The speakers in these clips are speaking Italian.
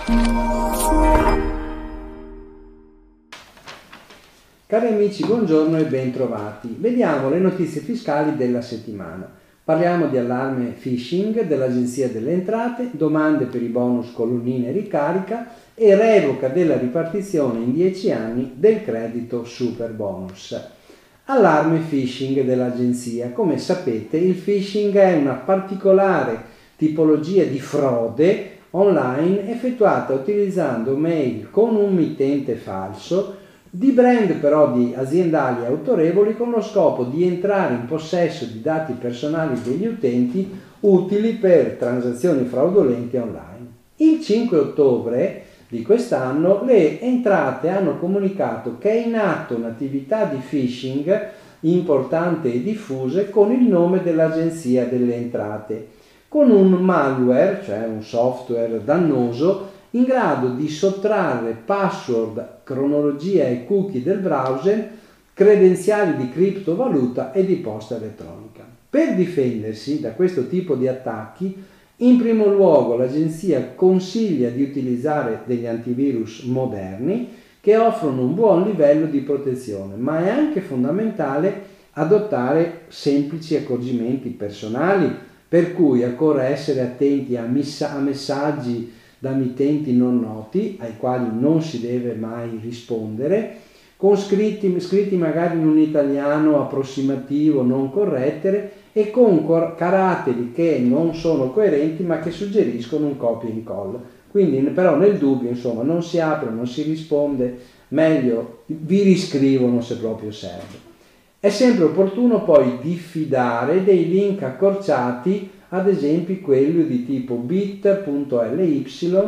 Cari amici, buongiorno e bentrovati. Vediamo le notizie fiscali della settimana. Parliamo di allarme phishing dell'Agenzia delle Entrate, domande per i bonus colonnine ricarica e revoca della ripartizione in 10 anni del credito super bonus. Allarme phishing dell'Agenzia. Come sapete, il phishing è una particolare tipologia di frode online effettuata utilizzando mail con un mittente falso di brand però di aziendali autorevoli con lo scopo di entrare in possesso di dati personali degli utenti utili per transazioni fraudolente online. Il 5 ottobre di quest'anno le entrate hanno comunicato che è in atto un'attività di phishing importante e diffusa con il nome dell'Agenzia delle Entrate, con un malware, cioè un software dannoso, in grado di sottrarre password, cronologia e cookie del browser, credenziali di criptovaluta e di posta elettronica. Per difendersi da questo tipo di attacchi, in primo luogo l'agenzia consiglia di utilizzare degli antivirus moderni che offrono un buon livello di protezione, ma è anche fondamentale adottare semplici accorgimenti personali, per cui occorre essere attenti a messaggi da mittenti non noti, ai quali non si deve mai rispondere, con scritti magari in un italiano approssimativo non correttere e con caratteri che non sono coerenti ma che suggeriscono un copia e incolla. Quindi però nel dubbio, insomma, non si apre, non si risponde, meglio vi riscrivono se proprio serve. È sempre opportuno poi diffidare dei link accorciati, ad esempio quelli di tipo bit.ly,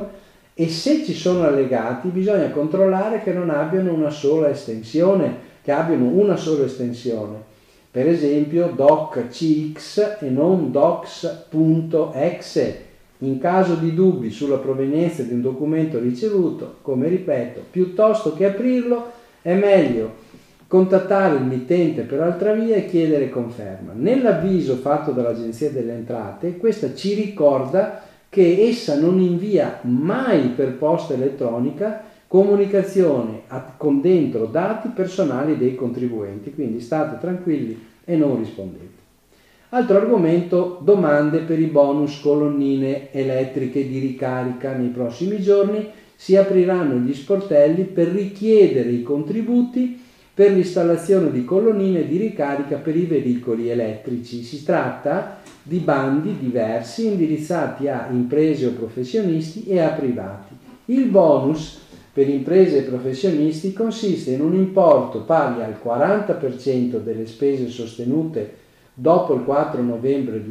e se ci sono allegati bisogna controllare che non abbiano una sola estensione, per esempio docx e non docs.exe. In caso di dubbi sulla provenienza di un documento ricevuto, come ripeto, piuttosto che aprirlo è meglio contattare il mittente per altra via e chiedere conferma. Nell'avviso fatto dall'Agenzia delle Entrate, questa ci ricorda che essa non invia mai per posta elettronica comunicazione con dentro dati personali dei contribuenti, quindi state tranquilli e non rispondete. Altro argomento, domande per i bonus colonnine elettriche di ricarica. Nei prossimi giorni si apriranno gli sportelli per richiedere i contributi per l'installazione di colonnine di ricarica per i veicoli elettrici. Si tratta di bandi diversi indirizzati a imprese o professionisti e a privati. Il bonus per imprese e professionisti consiste in un importo pari al 40% delle spese sostenute dopo il 4 novembre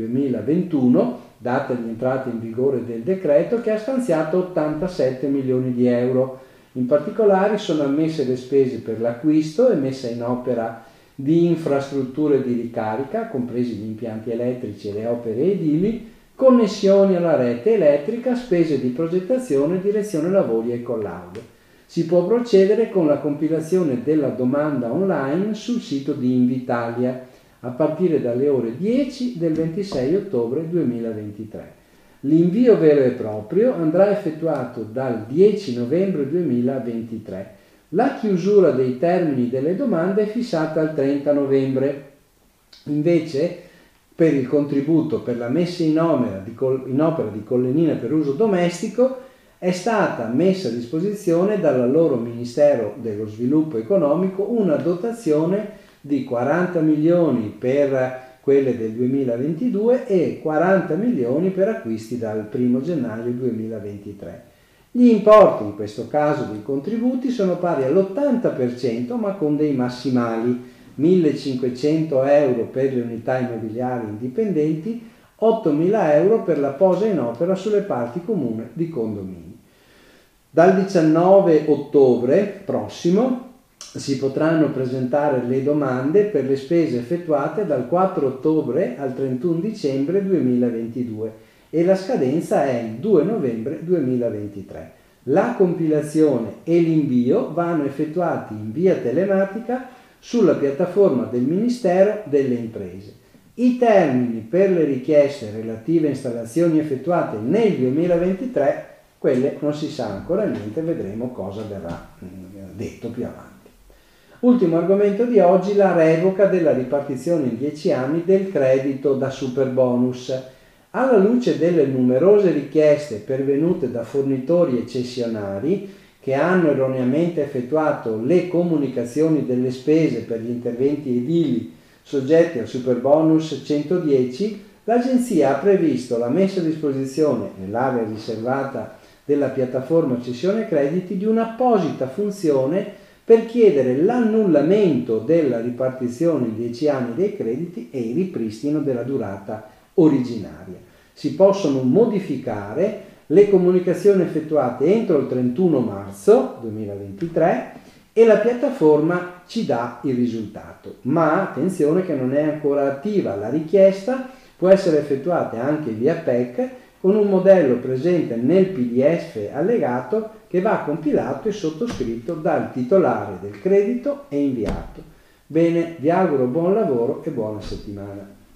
2021, data di entrata in vigore del decreto, che ha stanziato 87 milioni di euro. In particolare sono ammesse le spese per l'acquisto e messa in opera di infrastrutture di ricarica, compresi gli impianti elettrici e le opere edili, connessioni alla rete elettrica, spese di progettazione, direzione lavori e collaudo. Si può procedere con la compilazione della domanda online sul sito di Invitalia a partire dalle ore 10 del 26 ottobre 2023. L'invio vero e proprio andrà effettuato dal 10 novembre 2023. La chiusura dei termini delle domande è fissata al 30 novembre. Invece, per il contributo per la messa in opera di colonnine per uso domestico è stata messa a disposizione dal loro Ministero dello Sviluppo Economico una dotazione di 40 milioni per quelle del 2022 e 40 milioni per acquisti dal 1 gennaio 2023. Gli importi, in questo caso dei contributi, sono pari all'80% ma con dei massimali: 1.500 euro per le unità immobiliari indipendenti, 8.000 euro per la posa in opera sulle parti comuni di condomini. Dal 19 ottobre prossimo si potranno presentare le domande per le spese effettuate dal 4 ottobre al 31 dicembre 2022 e la scadenza è il 2 novembre 2023. La compilazione e l'invio vanno effettuati in via telematica sulla piattaforma del Ministero delle Imprese. I termini per le richieste relative a installazioni effettuate nel 2023 quelle non si sa ancora niente, vedremo cosa verrà detto più avanti. Ultimo argomento di oggi, la revoca della ripartizione in 10 anni del credito da superbonus. Alla luce delle numerose richieste pervenute da fornitori e cessionari che hanno erroneamente effettuato le comunicazioni delle spese per gli interventi edili soggetti al superbonus 110, l'Agenzia ha previsto la messa a disposizione nell'area riservata della piattaforma cessione crediti di un'apposita funzione per chiedere l'annullamento della ripartizione in 10 anni dei crediti e il ripristino della durata originaria. Si possono modificare le comunicazioni effettuate entro il 31 marzo 2023 e la piattaforma ci dà il risultato. Ma attenzione che non è ancora attiva la richiesta, può essere effettuata anche via PEC con un modello presente nel PDF allegato che va compilato e sottoscritto dal titolare del credito e inviato. Bene, vi auguro buon lavoro e buona settimana.